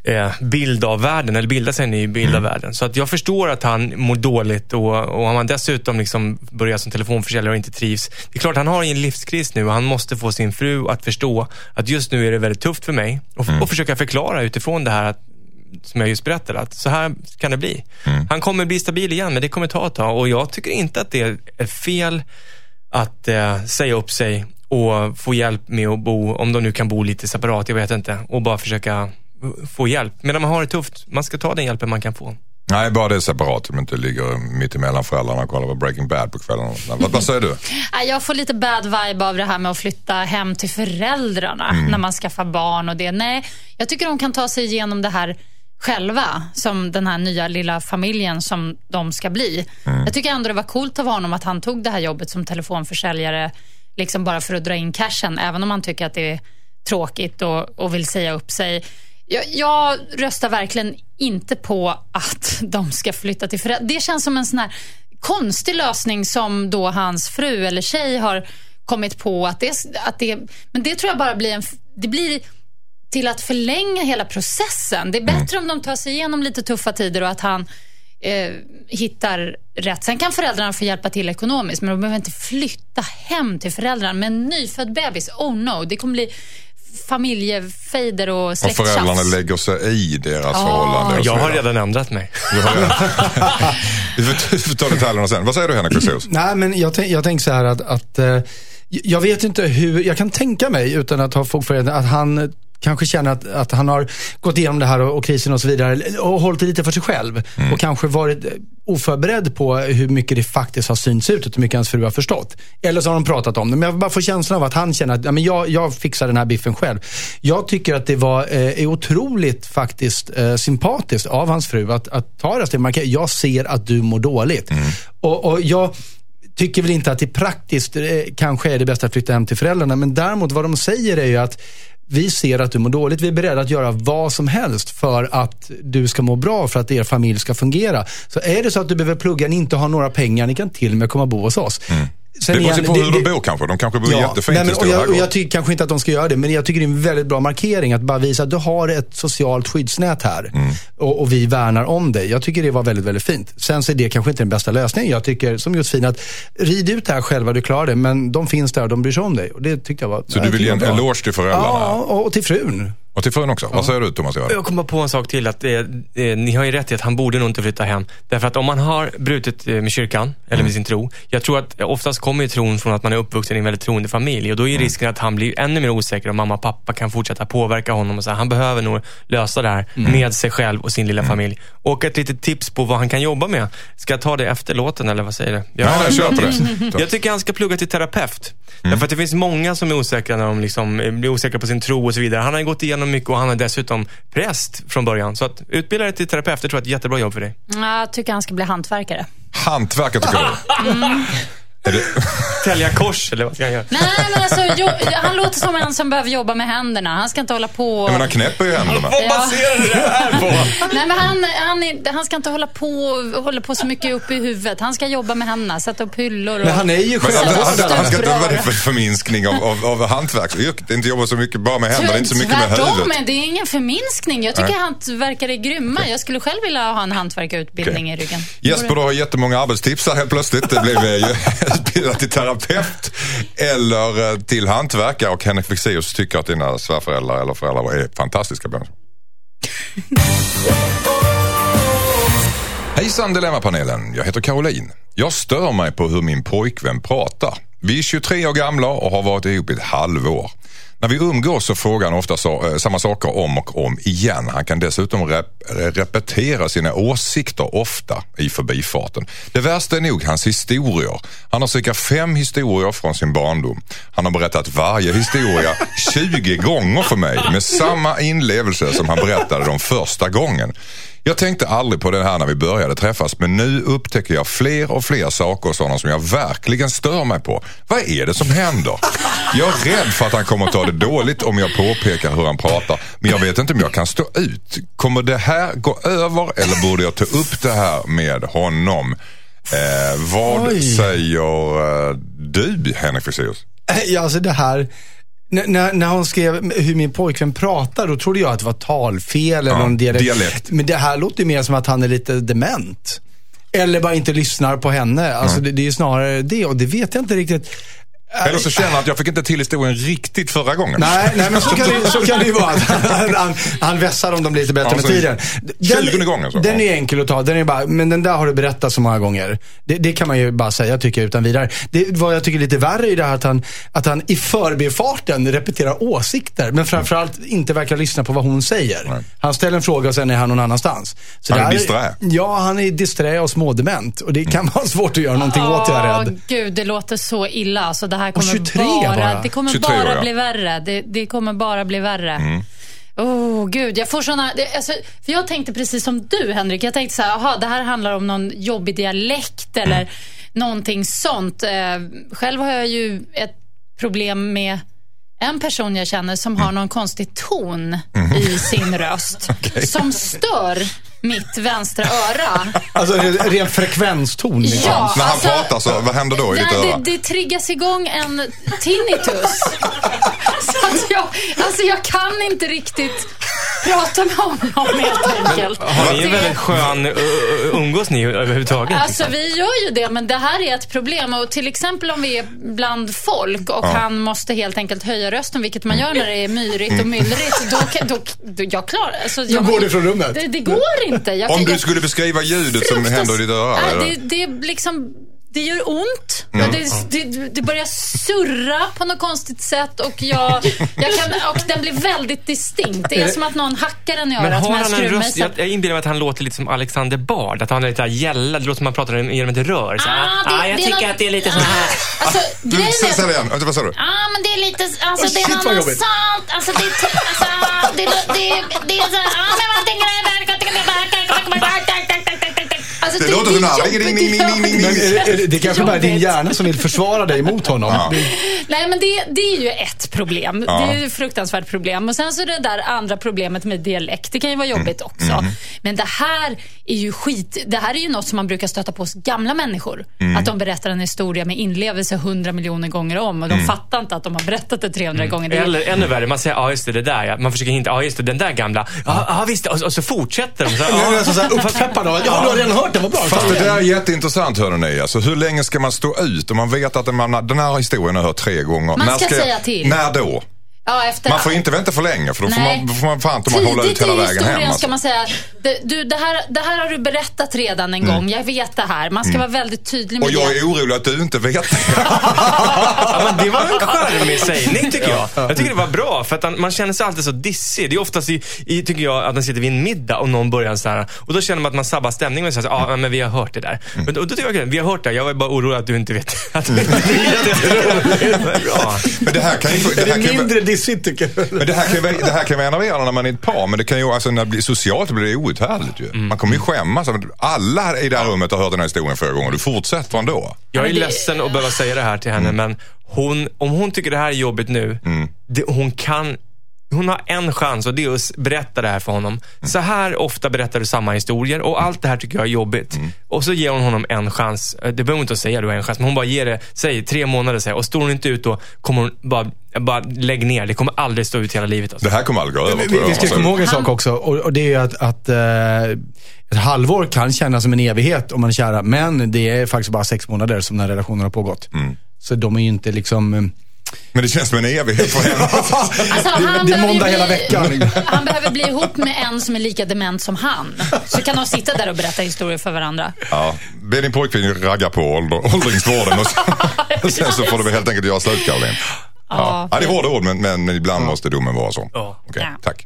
eh, bild av världen, eller bilda sig en ny bild mm. av världen. Så att jag förstår att han mår dåligt, och, och om han dessutom liksom börjar som telefonförsäljare och inte trivs. Det är klart, han har en livskris nu och han måste få sin fru att förstå att just nu är det väldigt tufft för mig, och, mm. och försöka förklara utifrån det här att, som jag just berättade, att så här kan det bli. Mm. Han kommer bli stabil igen, men det kommer ta ett tag, och jag tycker inte att det är fel att eh, säga upp sig och få hjälp med att bo, om de nu kan bo lite separat, jag vet inte, och bara försöka få hjälp. Men man har det tufft, man ska ta den hjälpen man kan få. Nej, bara det är separat, om inte ligger mitt emellan föräldrarna och kollar på Breaking Bad på kvällen. Vad, vad säger du? Jag får lite bad vibe av det här med att flytta hem till föräldrarna mm. när man skaffar barn och det. Nej, jag tycker de kan ta sig igenom det här själva, som den här nya lilla familjen som de ska bli. Mm. Jag tycker ändå det var coolt av honom att han tog det här jobbet som telefonförsäljare liksom bara för att dra in cashen, även om han tycker att det är tråkigt och, och vill säga upp sig. Jag, jag röstar verkligen inte på att de ska flytta till föräldrar. Det känns som en sån här konstig lösning som då hans fru eller tjej har kommit på, att det, att det, men det tror jag bara blir en, det blir till att förlänga hela processen. Det är bättre om de tar sig igenom lite tuffa tider och att han eh, hittar rätt. Sen kan föräldrarna få hjälpa till ekonomiskt, men de behöver inte flytta hem till föräldrarna med en nyfödd bebis. Oh no, det kommer bli familjefejder och släkttjafs. Och föräldrarna lägger sig i deras oh. förhållande. Jag har redan ändrat mig. Vi får ta detaljerna sen. Vad säger du, Henrik Fexeus? Nej, men jag, tänk, jag tänker så här att, att uh, jag vet inte hur, jag kan tänka mig utan att ha folk för att han kanske känner att, att han har gått igenom det här och, och krisen och så vidare och hållit det lite för sig själv mm. och kanske varit oförberedd på hur mycket det faktiskt har synts ut och hur mycket hans fru har förstått. Eller så har de pratat om det. Men jag bara får känslan av att han känner att ja, men jag, jag fixar den här biffen själv. Jag tycker att det var eh, otroligt faktiskt eh, sympatiskt av hans fru att, att ta det till markering. Jag ser att du mår dåligt. Mm. Och, och jag tycker väl inte att det praktiskt eh, kanske är det bästa att flytta hem till föräldrarna, men däremot vad de säger är ju att vi ser att du mår dåligt. Vi är beredda att göra vad som helst för att du ska må bra, för att er familj ska fungera. Så är det så att du behöver plugga, ni inte har några pengar, ni kan till och med komma och bo hos oss. Mm. Sen det beror på hur de bor kanske. De kanske bor ja, jättefint nej, men, och jag, och jag tycker kanske inte att de ska göra det, men jag tycker det är en väldigt bra markering att bara visa att du har ett socialt skyddsnät här mm. och, och vi värnar om dig. Jag tycker det var väldigt, väldigt fint. Sen så är det kanske inte den bästa lösningen. Jag tycker som Josefin att rid ut det här själva, du klarar det, men de finns där och de bryr sig om dig. Och det tyckte jag var... Så du vill ge en eloge till föräldrarna? Ja, och, och till frun. Och till frun också. Ja. Vad säger du, Thomas? Jag kommer på en sak till. Att eh, eh, ni har ju rätt i att han borde nog inte flytta hem. Därför att om man har brutit eh, med kyrkan eller med mm. sin tro. Jag tror att eh, oftast kommer ju tron från att man är uppvuxen i en väldigt troende familj. Och då är mm. risken att han blir ännu mer osäker. Och mamma och pappa kan fortsätta påverka honom. Och så här. Han behöver nog lösa det här mm. med sig själv och sin lilla mm. familj. Och ett litet tips på vad han kan jobba med. Ska jag ta det efter låten eller vad säger du? Jag, ja, jag köper det. Jag tycker han ska plugga till terapeut. Mm. Därför att det finns många som är osäkra när de liksom blir osäkra på sin tro och så vidare. Han har gått igenom mycket och han är dessutom präst från början. Så att utbilda dig till terapeut, jag tror att det är ett jättebra jobb för dig. Jag tycker han ska bli hantverkare. Hantverkare tycker du? Mm. Är det... Tälja kors eller vad ska jag göra? Nej, men alltså, jo, han låter som en som behöver jobba med händerna. Han ska inte hålla på... Ja, men han knäpper ju händerna. Vad baserar du det här på? Nej, men han, han, är, han ska inte hålla på, hålla på så mycket upp i huvudet. Han ska jobba med händerna, sätta upp hyllor och... Men han är ju själv... Han, han, han ska inte vara det för förminskning av, av, av hantverksyrket. Det är inte jobba så mycket bara med händerna, inte så mycket med huvudet. Men det är ingen förminskning. Jag tycker hantverkare är grymma. Jag skulle själv vilja ha en hantverkarutbildning okay. i ryggen. Jesper, du har jättemånga arbetstips här helt plötsligt. Det blev ju utbildat till terapeut eller till hantverkare, och Henrik Fexeus tycker att dina svärföräldrar eller föräldrar är fantastiska. Hejsan Dilemmapanelen, jag heter Caroline. Jag stör mig på hur min pojkvän pratar. Vi är tjugotre år gamla och har varit ihop i ett halvår. När vi umgås så frågar han ofta så, samma saker om och om igen. Han kan dessutom rep repetera sina åsikter ofta i förbifarten. Det värsta är nog hans historier. Han har cirka fem historier från sin barndom. Han har berättat varje historia tjugo gånger för mig med samma inlevelse som han berättade de första gången. Jag tänkte aldrig på det här när vi började träffas, men nu upptäcker jag fler och fler saker sådana som jag verkligen stör mig på. Vad är det som händer? Jag är rädd för att han kommer att ta det dåligt om jag påpekar hur han pratar, men jag vet inte om jag kan stå ut. Kommer det här gå över eller borde jag ta upp det här med honom? Eh, vad Oj. säger uh, du, Henrik Fexeus? Ja, alltså det här... N- när, när hon skrev hur min pojkvän pratar, då trodde jag att det var talfel eller Ja, någon dialekt. dialekt. Men det här låter mer som att han är lite dement. Eller bara inte lyssnar på henne. Alltså Mm. det, det är ju snarare det, och det vet jag inte riktigt. Eller så känner jag att jag fick inte till historien riktigt förra gången. Nej, nej men så kan, det, så kan det ju vara. Han, han, han vässar om de blir lite bättre Ja, med så tiden. tjugonde gången så. Den är enkel att ta. Den är bara, men den där har du berättat så många gånger. Det, det kan man ju bara säga, tycker jag, utan vidare. Det vad jag tycker är lite värre är det här att han, att han i förbifarten repeterar åsikter. Men framförallt inte verkar lyssna på vad hon säger. Nej. Han ställer en fråga och sen är han någon annanstans. Så Han är där- disträ. Ja, han är disträ och smådement. Och det kan vara svårt att göra någonting åt, jag är rädd. Gud, det låter så illa. Alltså, det här kommer tjugotre bara, bara. Det kommer tjugotre, bara ja. bli värre. Det, det kommer bara bli värre. Mm. Oh, gud, jag får såna, det, alltså, för jag tänkte precis som du, Henrik. Jag tänkte så här, aha, det här handlar om någon jobbig dialekt eller mm. någonting sånt. Eh, själv har jag ju ett problem med en person jag känner som har någon konstig ton mm. i sin röst. Okay. Som stör mitt vänstra öra. Alltså ren frekvenston liksom. Ja, när han alltså, pratar så, vad händer då i ditt öra? Det, det triggas igång en tinnitus. Så att jag, alltså jag kan inte riktigt prata med honom helt enkelt. Har ni en Det- väldigt skön uh, umgås ni överhuvudtaget? Alltså vi gör ju det, men det här är ett problem. Och till exempel om vi är bland folk och Ja. han måste helt enkelt höja rösten, vilket man gör när det är myrigt och myllrigt. Då, kan- då, då jag klarar alltså, Då jag, går det från rummet. Det, det går inte. Jag, Om du jag, skulle beskriva ljudet som fruktas- händer i ditt öra. Nej, eller? det, det liksom det gör ont. Det, det, det börjar surra på något konstigt sätt och jag, jag kan, och den blir väldigt distinkt. Det är som att någon hackar den i Men örat har med en han en röst? skruvmejsel. Jag, jag inbillar mig att han låter lite som Alexander Bard. Att han är lite gälla. Det låter som att man pratar genom ett rör. Så, Ah, det- ah, jag det är tycker något- att det är lite så här. Alltså, Du, grejen säg, säg är... det igen. Vad sa du? Ja, ah, men det är lite... Alltså, Oh, det är shit, någon vad jobbigt. sånt... Alltså, det är... Alltså, det, det, det är så här... Ja, men man tänker... Alltså, Det låter som en jobbigt. ding, ding, ding, ding, ding, Men är, det- är, det- det kanske bara är din Jobbigt. hjärna som vill försvara dig mot honom. Ja. Det- Nej, men det, det är ju ett problem. Ja. Det är ju ett fruktansvärt problem. Och sen så är det där andra problemet med dialekt. Det kan ju vara jobbigt också. Mm. Men det här är ju skit. Det här är ju något som man brukar stöta på hos gamla människor. Mm. Att de berättar en historia med inlevelse hundra miljoner gånger om. Och de fattar inte att de har berättat det trehundra gånger. Det är- Eller ännu värre, man säger ja just det, det där ja. Man försöker hinta, ja just det, den där gamla. Ja, ja visst, och, och så fortsätter de så här, Nu är ja. jag så här upppeppad av att ja, du har redan hört det, vad bra. Fast det där är jätteintressant, hörde ni. Alltså, hur länge ska man stå ut om man vet att man, den här historien har hört tre gånger? Man när ska säga till. När då? Ja, efter... Man får inte vänta för länge, för då får Nej. man, då får man fan inte man hålla ut Tidigt hela i vägen hem. historien Alltså. ska man säga, det, du, det, här, det här har du berättat redan en gång. Jag vet det här. Man ska vara väldigt tydlig med Och jag det. är orolig att du inte vet det. Ja, men det var en charmig sägning tycker jag. Jag tycker det var bra för att han, man känner sig alltid så dissig. Det är oftast i, i tycker jag, att man sitter vid en middag och någon börjar så här. Och då känner man att man sabbar stämningen och säger ja ah, men vi har hört det där. Men då, då tycker jag vi har hört det. Jag var bara orolig att du inte vet att du inte vet det. Det är bra. Men det här kan ju... Det Det här är kan ju mindre dissigt, tycker jag. men det här kan ju det här kan vara enerverande när man är ett par, men det kan ju, alltså när det blir socialt blir det outhärdligt ju. Man kommer ju skämmas. Alla i det här rummet har hört den här historien förra gången. Du fortsätter ändå. Jag är Men det- ledsen att behöva säga det här till henne, men hon, om hon tycker det här är jobbigt nu, det, hon kan... Hon har en chans och det är att berätta det här för honom. Så här ofta berättar du samma historier och allt det här tycker jag är jobbigt. Mm. Och så ger hon honom en chans. Det behöver hon inte säga att du har en chans, men hon bara ger det, säg tre månader säg, och står hon inte ut då kommer hon bara, bara lägg ner. Det kommer aldrig stå ut hela livet. Alltså. Det här kommer aldrig gå över. Vi, tror jag. vi ska Alltså, komma ihåg en sak också, och, och det är ju att, att eh, ett halvår kan kännas som en evighet om man är kära, men det är faktiskt bara sex månader som den här relationen har pågått. Så de är ju inte liksom... eh, Men det känns som en evighet för henne. Alltså, det, han det är behöver måndag ju hela bli- veckan. Han behöver bli ihop med en som är lika dement som han. Så kan de sitta där och berätta historier för varandra. Ja, be din pojkvän ragga på ålder, åldringsvården och, så, och sen så får du väl helt enkelt göra slut, Caroline. Ja. Ja, det är hårda ord, men, men ibland måste domen vara så. Ja. Okej, Ja. tack.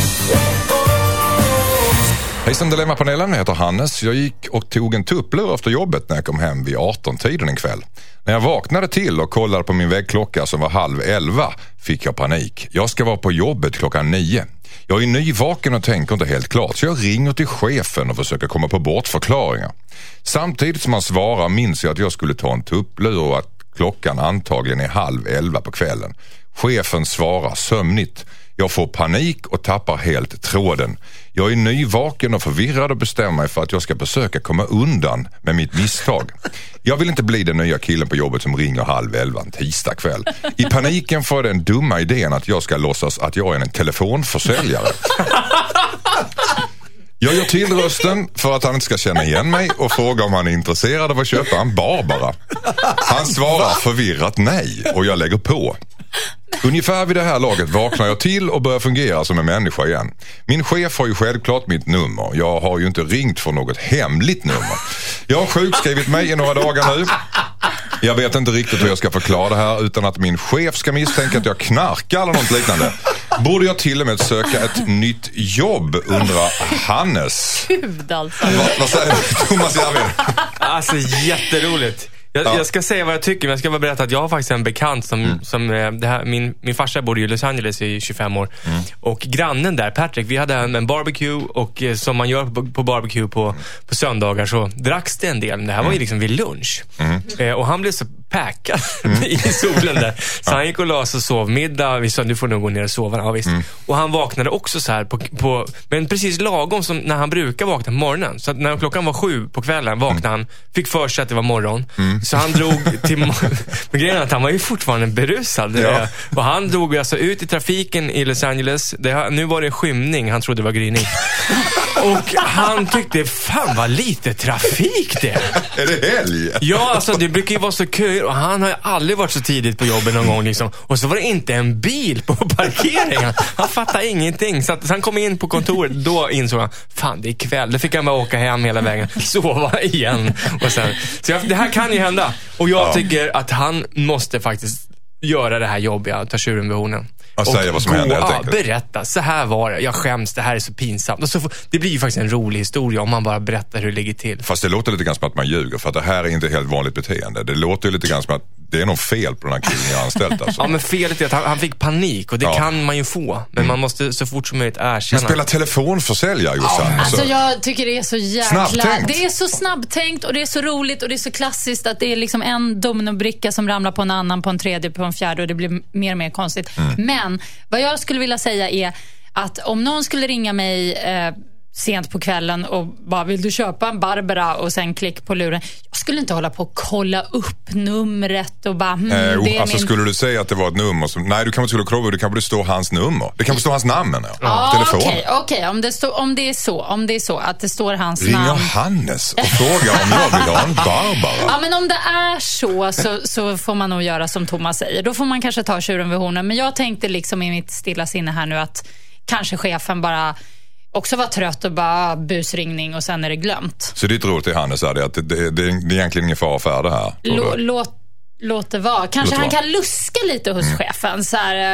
Hejsan Dilemmapanelen, jag heter Hannes. Jag gick och tog en tupplur efter jobbet när jag kom hem vid arton-tiden en kväll. När jag vaknade till och kollade på min väggklocka som var halv elva fick jag panik. Jag ska vara på jobbet klockan nio. Jag är nyvaken och tänker inte helt klart, så jag ringer till chefen och försöker komma på bortförklaringar. Samtidigt som han svarar minns jag att jag skulle ta en tupplur och att klockan antagligen är halv elva på kvällen. Chefen svarar sömnigt. Jag får panik och tappar helt tråden. Jag är nyvaken och förvirrad och bestämmer mig för att jag ska försöka komma undan med mitt misstag. Jag vill inte bli den nya killen på jobbet som ringer halv elva en tisdag kväll. I paniken får jag den dumma idén att jag ska låtsas att jag är en telefonförsäljare. Jag gör till rösten för att han inte ska känna igen mig och frågar om han är intresserad av att köpa en Barbara. Han svarar förvirrat nej och jag lägger på. Ungefär vid det här laget vaknar jag till och börjar fungera som en människa igen. Min chef har ju självklart mitt nummer. Jag har ju inte ringt för något hemligt nummer. Jag har sjukskrivit mig i några dagar nu. Jag vet inte riktigt hur jag ska förklara det här utan att min chef ska misstänka att jag knarkar eller något liknande. Borde jag till och med söka ett nytt jobb, undrar Hannes. Gud alltså. Va, vad säger du, Thomas Järved? Alltså jätteroligt. Jag, ja. jag ska säga vad jag tycker, men jag ska bara berätta att jag har faktiskt en bekant som, mm. som det här, min, min farsa bodde i Los Angeles i tjugofem år. Mm. Och grannen där, Patrick, vi hade en, en barbecue och som man gör på, på barbecue på, mm. på söndagar så dracks det en del. Det här var ju liksom vid lunch. Mm. Eh, och han blev så packad mm. i solen där. Så ja. han gick och la sig och sov middag. Vi sa, du får nog gå ner och sova. Ja, visst. Mm. Och han vaknade också så här på, på, men precis lagom som när han brukar vakna på morgonen. Så att när klockan var sju på kvällen vaknade mm. han, fick för sig att det var morgon. Mm. Så han drog till... Men grejen är att han var ju fortfarande berusad. Ja. Och han drog alltså ut i trafiken i Los Angeles. Det, nu var det skymning. Han trodde det var gryning. Och han tyckte, fan vad lite trafik det. Är det helg? Ja, alltså det brukar ju vara så köer. Och han har ju aldrig varit så tidigt på jobbet någon gång liksom. Och så var det inte en bil på parkeringen. Han fattade ingenting. Så, att, så han kom in på kontoret. Då insåg han, fan det är kväll. Då fick han bara åka hem hela vägen. Sova igen. Och sen, så jag, det här kan ju hända. Och jag ja. tycker att han måste faktiskt göra det här jobbiga, ta tjuren vid hornen. Och säga vad som gå, hände helt ja, enkelt. Berätta, så här var det. Jag skäms, det här är så pinsamt. Och så får, det blir ju faktiskt en rolig historia om man bara berättar hur det ligger till. Fast det låter lite grann som att man ljuger, för att det här är inte helt vanligt beteende. Det låter ju lite grann som att det är något fel på den här killen jag har anställt. Alltså. Ja, men felet är att han, han fick panik och det ja. kan man ju få. Men mm. man måste så fort som möjligt erkänna. Men spela telefonförsäljare, Jossan. Ja, alltså jag tycker det är så jäkla... Snabbtänkt. Det är så snabbtänkt och det är så roligt och det är så klassiskt att det är liksom en dominobricka som ramlar på en annan, på en tredje, på en fjärde och det blir mer och mer konstigt. Mm. Men vad jag skulle vilja säga är att om någon skulle ringa mig eh, sent på kvällen och bara, vill du köpa en Barbara, och sen klick på luren. Jag skulle inte hålla på och kolla upp numret och bara, hmm, eh, det är alltså min... skulle du säga att det var ett nummer som, nej, du kan inte skulle kolla, det kan väl stå hans nummer. Det kan väl stå hans namn, ja. Ja, okej, okay, okay. om, det stå, om det är så, om det är så att det står hans Ringer namn. Ringer Hannes och frågar om jag vill ha en Barbara. Ja, men om det är så, så så får man nog göra som Thomas säger. Då får man kanske ta tjuren vid hornen. Men jag tänkte liksom i mitt stilla sinne här nu att kanske chefen bara också var trött och bara busringning och sen är det glömt. Så ditt råd till Hannes är det att det, det, det är egentligen ingen fara för det här? Lå, låt, låt det vara. Kanske låt han vara. Kan luska lite hos mm. chefen. Så här,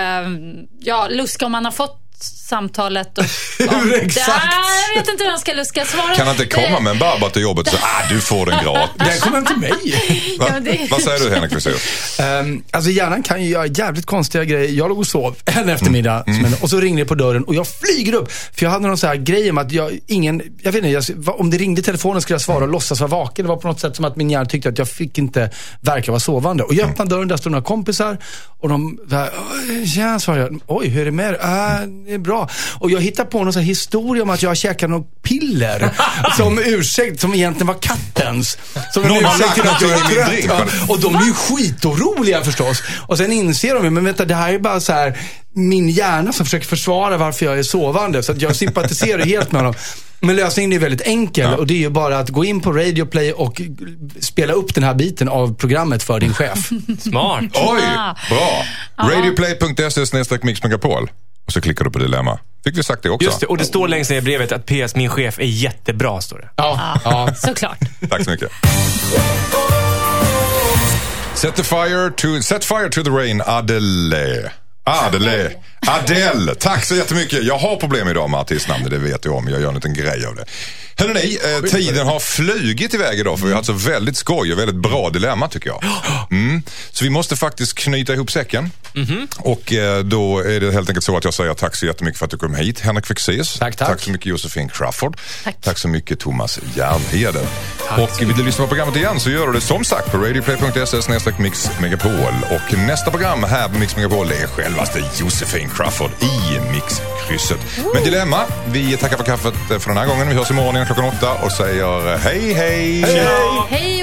ja, luska om man har fått samtalet. Och, hur exakt? Där, jag vet inte hur han ska luska. Svara. Kan han inte komma med en Barbara till jobbet och säga, ah, du får den gratis? Den kommer inte mig. Va? Ja, det... Vad säger du, Henrik Fexeus? Um, alltså hjärnan kan ju göra jävligt konstiga grejer. Jag låg och sov en eftermiddag mm. Mm. och så ringde det på dörren och jag flyger upp. För jag hade någon sån här grej om att jag, ingen, jag vet inte, jag, om det ringde telefonen skulle jag svara och låtsas vara vaken. Det var på något sätt som att min hjärna tyckte att jag fick inte verka vara sovande. Och jag öppnade dörren, där stod några kompisar och de där, ja, svarade jag, oj, hur är det med det? Ah, det är bra. Och jag hittade på någon sån här historia om att jag käkade något piller som ursäkt, som egentligen var kattens. Som en ursäkt till att jag är trött. Och de är ju skitoroliga förstås. Och sen inser de ju, men vänta, det här är bara så här min hjärna som försöker försvara varför jag är sovande. Så att jag sympatiserar helt med dem. Men lösningen är väldigt enkel, ja. Och det är ju bara att gå in på Radio Play och spela upp den här biten av programmet för din chef. Smart. Oj, bra. radioplay punkt se snedstreck mix megapol. Och så klickar du på dilemma. Fick vi sagt det också? Just det, och det står längst ner i brevet att P S, min chef, är jättebra, står det. Ja, ja. Såklart. Tack så mycket. Set the fire to, set fire to the rain, Adele. Adele. Adele. Tack så jättemycket. Jag har problem idag med artistnamn, det vet jag om. Jag gör en liten grej av det. Hörrni, eh, tiden har flugit iväg idag för vi har alltså väldigt skoj och väldigt bra dilemma tycker jag. Mm. Så vi måste faktiskt knyta ihop säcken. Mm-hmm. Och eh, då är det helt enkelt så att jag säger tack så jättemycket för att du kom hit, Henrik Fexeus. Tack, tack. Tack så mycket Josefin Crawford. Tack. Tack så mycket Thomas Järvhed. Och vill du lyssna på programmet igen så gör du det som sagt på radioplay punkt se snedstreck mix megapol. Och nästa program här på Mix Megapol är självaste Josephine Crawford i Mixkrysset. Men Dilemma, vi tackar för kaffet för den här gången. Vi hörs imorgon igen klockan åtta och säger hej hej! Hej! Hej!